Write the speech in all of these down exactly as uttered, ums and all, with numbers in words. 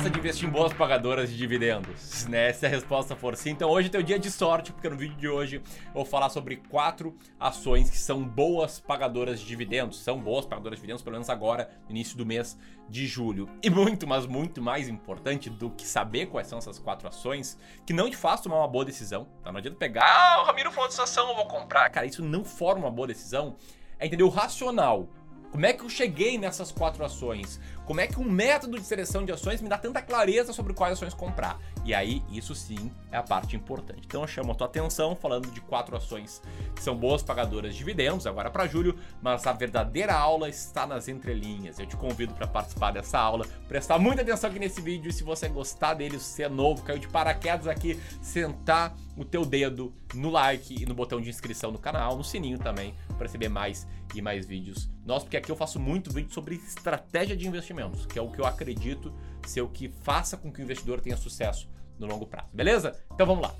gosta de investir em boas pagadoras de dividendos? Né? Se a resposta for sim, então hoje é teu dia de sorte, porque no vídeo de hoje eu vou falar sobre quatro ações que são boas pagadoras de dividendos. São boas pagadoras de dividendos, pelo menos agora, no início do mês de julho. E muito, mas muito mais importante do que saber quais são essas quatro ações, que não te faz tomar uma boa decisão, tá? Não adianta pegar, ah, o Ramiro falou dessa ação, eu vou comprar. Cara, isso não forma uma boa decisão. É entender o racional. Como é que eu cheguei nessas quatro ações? Como é que um método de seleção de ações me dá tanta clareza sobre quais ações comprar? E aí, isso sim é a parte importante. Então eu chamo a tua atenção falando de quatro ações que são boas pagadoras de dividendos, agora para julho, mas a verdadeira aula está nas entrelinhas. Eu te convido para participar dessa aula, prestar muita atenção aqui nesse vídeo, e se você gostar dele, se é novo, caiu de paraquedas aqui, sentar o teu dedo no like e no botão de inscrição no canal, no sininho também, para receber mais e mais vídeos. Nossa, porque aqui eu faço muito vídeo sobre estratégia de investimentos, que é o que eu acredito ser o que faça com que o investidor tenha sucesso no longo prazo, beleza? Então vamos lá.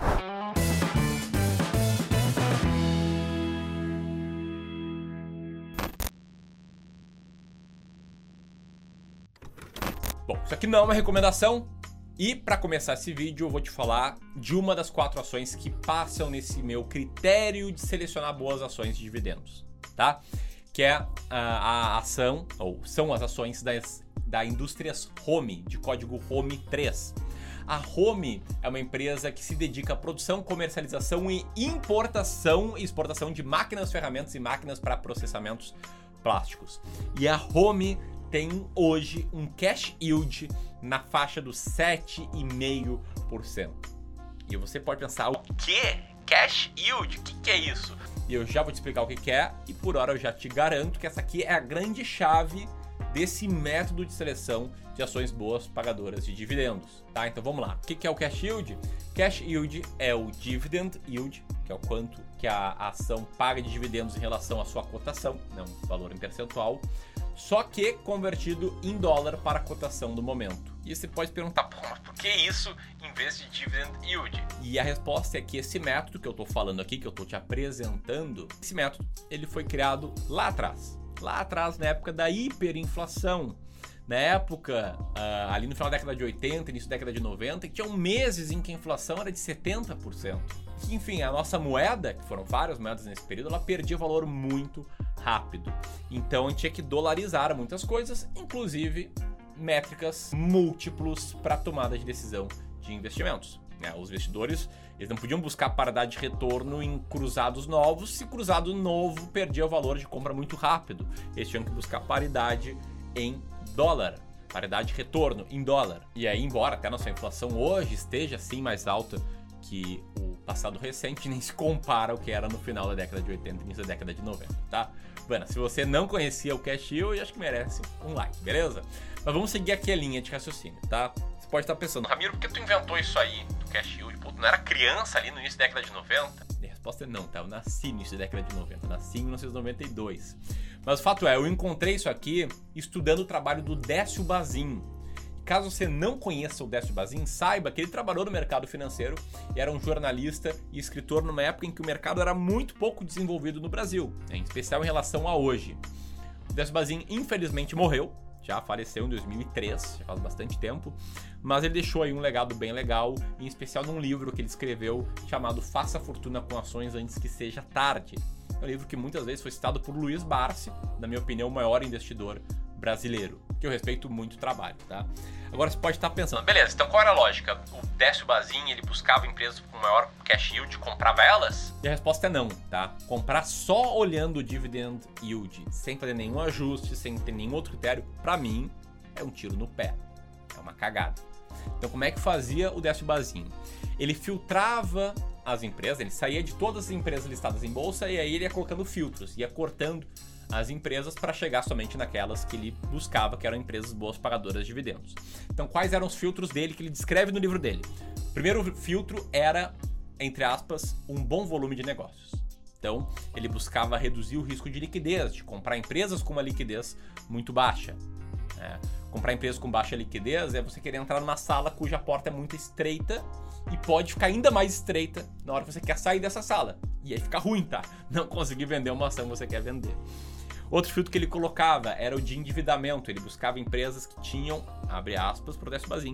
Bom, isso aqui não é uma recomendação. E para começar esse vídeo eu vou te falar de uma das quatro ações que passam nesse meu critério de selecionar boas ações de dividendos, tá? Que é a, a ação, ou são as ações das, da Indústrias Home, de código Home três. A Home é uma empresa que se dedica à produção, comercialização e importação e exportação de máquinas, ferramentas e máquinas para processamentos plásticos. E a Home tem hoje um cash yield na faixa dos sete vírgula cinco por cento. E você pode pensar, o quê? Cash yield? O que, que é isso? E eu já vou te explicar o que, que é, e por hora eu já te garanto que essa aqui é a grande chave desse método de seleção de ações boas pagadoras de dividendos, tá? Então vamos lá. O que, que é o cash yield? Cash yield é o dividend yield, que é o quanto que a ação paga de dividendos em relação à sua cotação, né? Um valor em percentual, só que convertido em dólar para a cotação do momento. E você pode perguntar, pô, mas por que isso em vez de dividend yield? E a resposta é que esse método que eu estou falando aqui, que eu estou te apresentando, esse método ele foi criado lá atrás. Lá atrás, na época da hiperinflação. Na época, uh, ali no final da década de oitenta, início da década de noventa, que tinham meses em que a inflação era de setenta por cento. Enfim, a nossa moeda, que foram várias moedas nesse período, ela perdia valor muito rápido. Então a gente tinha que dolarizar muitas coisas, inclusive métricas múltiplos para tomada de decisão de investimentos. Os investidores eles não podiam buscar paridade de retorno em cruzados novos, se cruzado novo perdia o valor de compra muito rápido. Eles tinham que buscar paridade em dólar, paridade de retorno em dólar. E aí, embora até a nossa inflação hoje esteja assim mais alta que o passado recente, nem se compara ao que era no final da década de oitenta e início da década de noventa, tá? Bueno, se você não conhecia o cash yield, acho que merece um like, beleza? Mas vamos seguir aqui a linha de raciocínio, tá? Você pode estar pensando, Ramiro, por que tu inventou isso aí do cash yield? Pô, tu não era criança ali no início da década de noventa? E a resposta é não, tá? Eu nasci no início da década de noventa, eu nasci em mil novecentos e noventa e dois. Mas o fato é, eu encontrei isso aqui estudando o trabalho do Décio Bazin. Caso você não conheça o Décio Bazin, saiba que ele trabalhou no mercado financeiro e era um jornalista e escritor numa época em que o mercado era muito pouco desenvolvido no Brasil, em especial em relação a hoje. O Décio Bazin, infelizmente, morreu, já faleceu em dois mil e três, já faz bastante tempo, mas ele deixou aí um legado bem legal, em especial num livro que ele escreveu chamado Faça Fortuna com Ações Antes que Seja Tarde. É um livro que muitas vezes foi citado por Luiz Barsi, na minha opinião, o maior investidor brasileiro, que eu respeito muito o trabalho, tá? Agora você pode estar pensando, beleza, então qual era a lógica? O Décio Bazin, ele buscava empresas com maior cash yield, comprava elas? E a resposta é não, tá? Comprar só olhando o dividend yield, sem fazer nenhum ajuste, sem ter nenhum outro critério, pra mim, é um tiro no pé, é uma cagada. Então como é que fazia o Décio Bazin? Ele filtrava as empresas, ele saía de todas as empresas listadas em bolsa e aí ele ia colocando filtros, ia cortando as empresas para chegar somente naquelas que ele buscava, que eram empresas boas pagadoras de dividendos. Então, quais eram os filtros dele que ele descreve no livro dele? O primeiro filtro era, entre aspas, um bom volume de negócios. Então, ele buscava reduzir o risco de liquidez, de comprar empresas com uma liquidez muito baixa. É, comprar empresas com baixa liquidez é você querer entrar numa sala cuja porta é muito estreita e pode ficar ainda mais estreita na hora que você quer sair dessa sala. E aí fica ruim, tá? Não conseguir vender uma ação que você quer vender. Outro filtro que ele colocava era o de endividamento. Ele buscava empresas que tinham, abre aspas, pro Décio Bazin,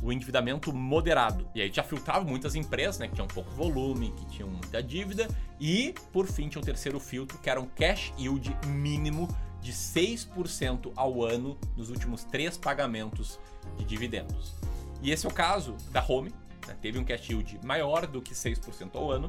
o endividamento moderado. E aí já filtrava muitas empresas, né, que tinham pouco volume, que tinham muita dívida. E, por fim, tinha o terceiro filtro, que era um cash yield mínimo de seis por cento ao ano nos últimos três pagamentos de dividendos. E esse é o caso da Home, né, teve um cash yield maior do que seis por cento ao ano.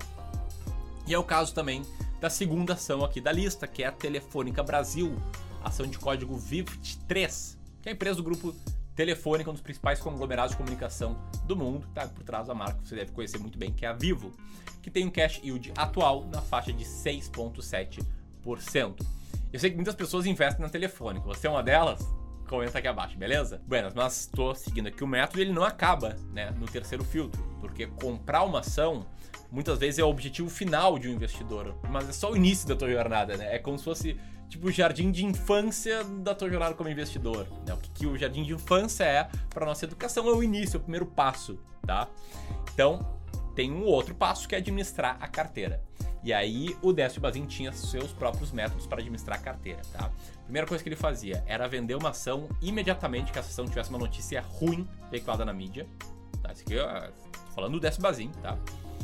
E é o caso também da segunda ação aqui da lista, que é a Telefônica Brasil, ação de código V I V T três, que é a empresa do grupo Telefônica, um dos principais conglomerados de comunicação do mundo, tá? Por trás da marca, você deve conhecer muito bem, que é a Vivo, que tem um cash yield atual na faixa de seis vírgula sete por cento. Eu sei que muitas pessoas investem na Telefônica, você é uma delas? Comenta aqui abaixo, beleza? Buenas, mas estou seguindo aqui o método e ele não acaba, né, no terceiro filtro, porque comprar uma ação muitas vezes é o objetivo final de um investidor, mas é só o início da tua jornada, né? É como se fosse tipo o jardim de infância da tua jornada como investidor, né? O que, que o jardim de infância é para nossa educação é o início, é o primeiro passo, tá? Então, tem um outro passo que é administrar a carteira. E aí o Décio Bazin tinha seus próprios métodos para administrar a carteira, tá? A primeira coisa que ele fazia era vender uma ação imediatamente que a ação tivesse uma notícia ruim veiculada na mídia, tá? Isso aqui eu tô falando do Décio Bazin, tá?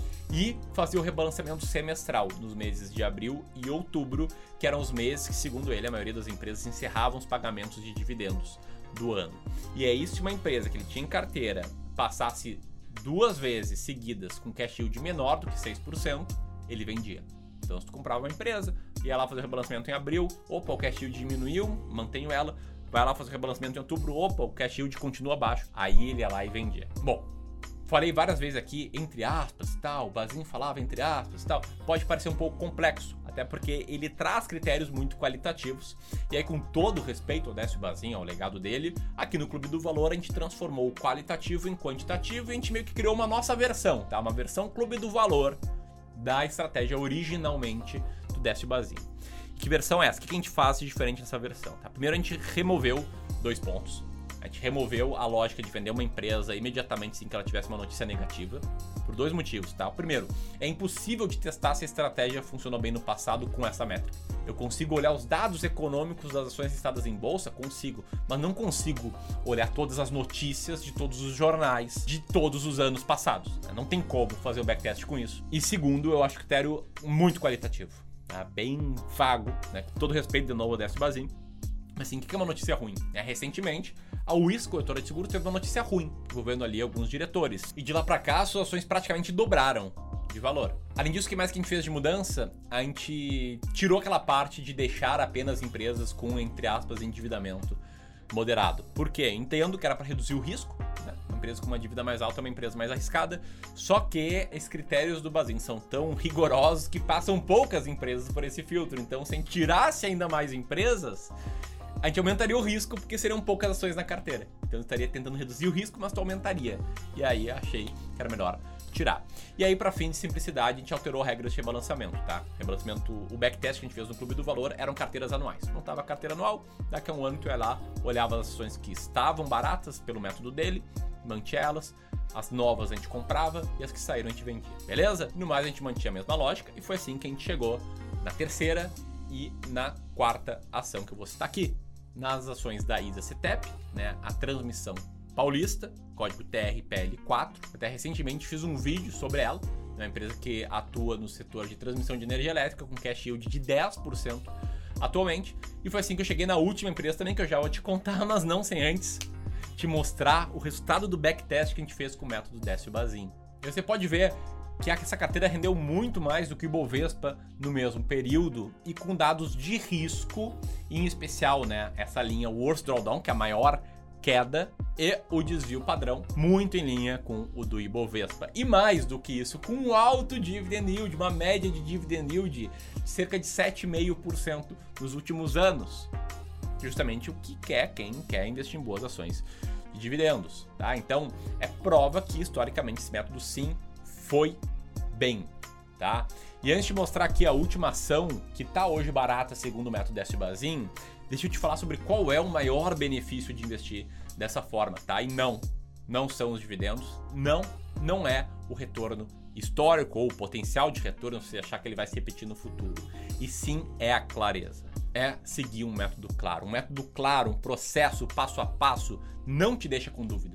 E fazia o rebalanceamento semestral nos meses de abril e outubro, que eram os meses que, segundo ele, a maioria das empresas encerravam os pagamentos de dividendos do ano. E é isso, uma empresa que ele tinha em carteira passasse duas vezes seguidas com cash yield menor do que seis por cento, ele vendia. Então, se tu comprava uma empresa, ia lá fazer o rebalanceamento em abril, opa, o cash yield diminuiu, mantenho ela, vai lá fazer o rebalanceamento em outubro, opa, o cash yield continua baixo, aí ele ia lá e vendia. Bom, falei várias vezes aqui, entre aspas, tal, o Bazin falava entre aspas, tal, pode parecer um pouco complexo, até porque ele traz critérios muito qualitativos, e aí com todo respeito ao Décio Bazin, ao legado dele, aqui no Clube do Valor a gente transformou o qualitativo em quantitativo e a gente meio que criou uma nossa versão, tá? Uma versão Clube do Valor da estratégia originalmente do Décio Bazin. Que versão é essa? O que a gente faz de diferente nessa versão? Tá? Primeiro a gente removeu dois pontos. A gente removeu a lógica de vender uma empresa imediatamente assim que ela tivesse uma notícia negativa, por dois motivos, tá? O primeiro, é impossível de testar se a estratégia funcionou bem no passado com essa métrica. Eu consigo olhar os dados econômicos das ações listadas em bolsa? Consigo, mas não consigo olhar todas as notícias de todos os jornais de todos os anos passados, né? Não tem como fazer o backtest com isso. E segundo, eu acho o critério muito qualitativo, tá? Bem vago, né? Com todo respeito de novo ao Décio Bazin. Assim, o que é uma notícia ruim? É, recentemente, a U I S, corretora de seguro, teve uma notícia ruim, envolvendo ali alguns diretores. E de lá pra cá, as suas ações praticamente dobraram de valor. Além disso, o que mais que a gente fez de mudança? A gente tirou aquela parte de deixar apenas empresas com, entre aspas, endividamento moderado. Por quê? Entendo que era para reduzir o risco, né? Uma empresa com uma dívida mais alta é uma empresa mais arriscada, só que esses critérios do Bazin são tão rigorosos que passam poucas empresas por esse filtro. Então, se a gente tirasse ainda mais empresas, a gente aumentaria o risco porque seriam poucas ações na carteira. Então eu estaria tentando reduzir o risco, mas tu aumentaria. E aí achei que era melhor tirar. E aí, para fim de simplicidade, a gente alterou regras de rebalanceamento, tá? Rebalanceamento, o backtest que a gente fez no Clube do Valor eram carteiras anuais. Não tava carteira anual, daqui a um ano tu ia lá, olhava as ações que estavam baratas pelo método dele, mantinha elas, as novas a gente comprava e as que saíram a gente vendia, beleza? No mais a gente mantinha a mesma lógica e foi assim que a gente chegou na terceira e na quarta ação que eu vou citar aqui. Nas ações da I S A Cetep, né, a Transmissão Paulista, código T R P L quatro. Até recentemente fiz um vídeo sobre ela, uma empresa que atua no setor de transmissão de energia elétrica com cash yield de dez por cento atualmente. E foi assim que eu cheguei na última empresa também, que eu já vou te contar, mas não sem antes te mostrar o resultado do backtest que a gente fez com o método Décio Bazin. E você pode ver que essa carteira rendeu muito mais do que o Ibovespa no mesmo período e com dados de risco, em especial, né, essa linha Worst Drawdown, que é a maior queda, e o desvio padrão, muito em linha com o do Ibovespa. E mais do que isso, com um alto dividend yield, uma média de dividend yield de cerca de sete vírgula cinco por cento nos últimos anos. Justamente o que quer quem quer investir em boas ações de dividendos, tá? Então, é prova que, historicamente, esse método sim foi bem, tá? E antes de mostrar aqui a última ação que tá hoje barata segundo o método Décio Bazin, deixa eu te falar sobre qual é o maior benefício de investir dessa forma, tá? E não, não são os dividendos, não, não é o retorno histórico ou o potencial de retorno, se você achar que ele vai se repetir no futuro. E sim é a clareza, é seguir um método claro. Um método claro, um processo passo a passo, não te deixa com dúvidas.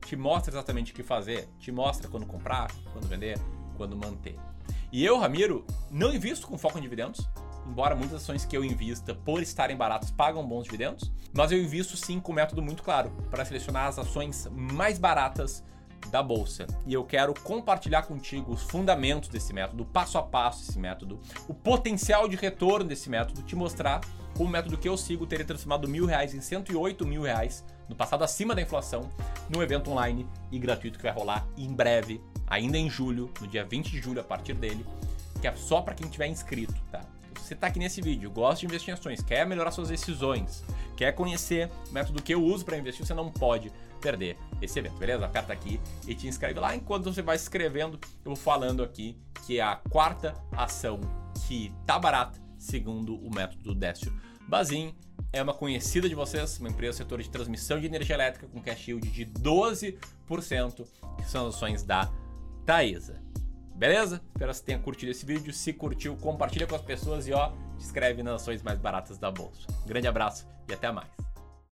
te mostra exatamente o que fazer, te mostra quando comprar, quando vender, quando manter. E eu, Ramiro, não invisto com foco em dividendos, embora muitas ações que eu invista, por estarem baratas, pagam bons dividendos, mas eu invisto sim com um método muito claro, para selecionar as ações mais baratas da bolsa. E eu quero compartilhar contigo os fundamentos desse método, o passo a passo desse método, o potencial de retorno desse método, te mostrar como o método que eu sigo teria transformado mil reais em cento e oito mil reais no passado acima da inflação, num evento online e gratuito que vai rolar em breve, ainda em julho, no dia vinte de julho, a partir dele, que é só para quem tiver inscrito, tá? Se você tá aqui nesse vídeo, gosta de investir em ações, quer melhorar suas decisões, quer conhecer o método que eu uso para investir, você não pode perder esse evento, beleza? Aperta aqui e te inscreve lá. Enquanto você vai se inscrevendo, eu vou falando aqui que é a quarta ação que tá barata, segundo o método do Décio Bazin. É uma conhecida de vocês, uma empresa do setor de transmissão de energia elétrica com cash yield de doze por cento, que são as ações da Taesa. Beleza? Espero que você tenha curtido esse vídeo. Se curtiu, compartilha com as pessoas e ó, te inscreve nas ações mais baratas da bolsa. Um grande abraço e até mais.